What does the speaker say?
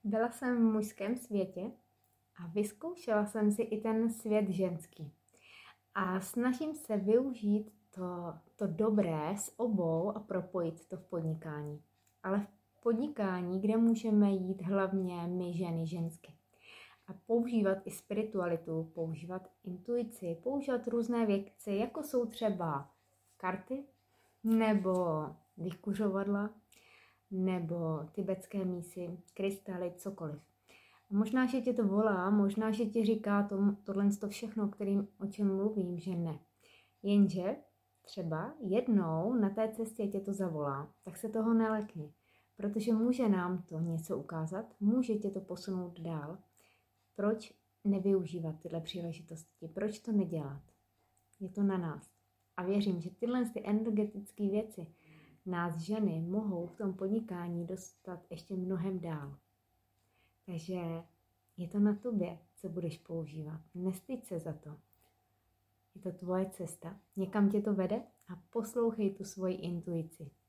Byla jsem v mužském světě a vyzkoušela jsem si i ten svět ženský. A snažím se využít to dobré z obou a propojit to v podnikání. Ale v podnikání, kde můžeme jít hlavně my ženy žensky. A používat i spiritualitu, používat intuici, používat různé věci, jako jsou třeba karty, nebo vykuřovadla, nebo tibetské mísy, krystaly, cokoliv. A možná, že tě to volá, možná, že ti říká tohle všechno, o čem mluvím, že ne. Jenže třeba jednou na té cestě tě to zavolá, tak se toho nelekni, protože může nám to něco ukázat, může tě to posunout dál. Proč nevyužívat tyhle příležitosti? Proč to nedělat? Je to na nás. A věřím, že tyhle energetické věci nás ženy mohou v tom podnikání dostat ještě mnohem dál. Takže je to na tobě, co budeš používat. Nestyď se za to. Je to tvoje cesta. Někam tě to vede a poslouchej tu svoji intuici.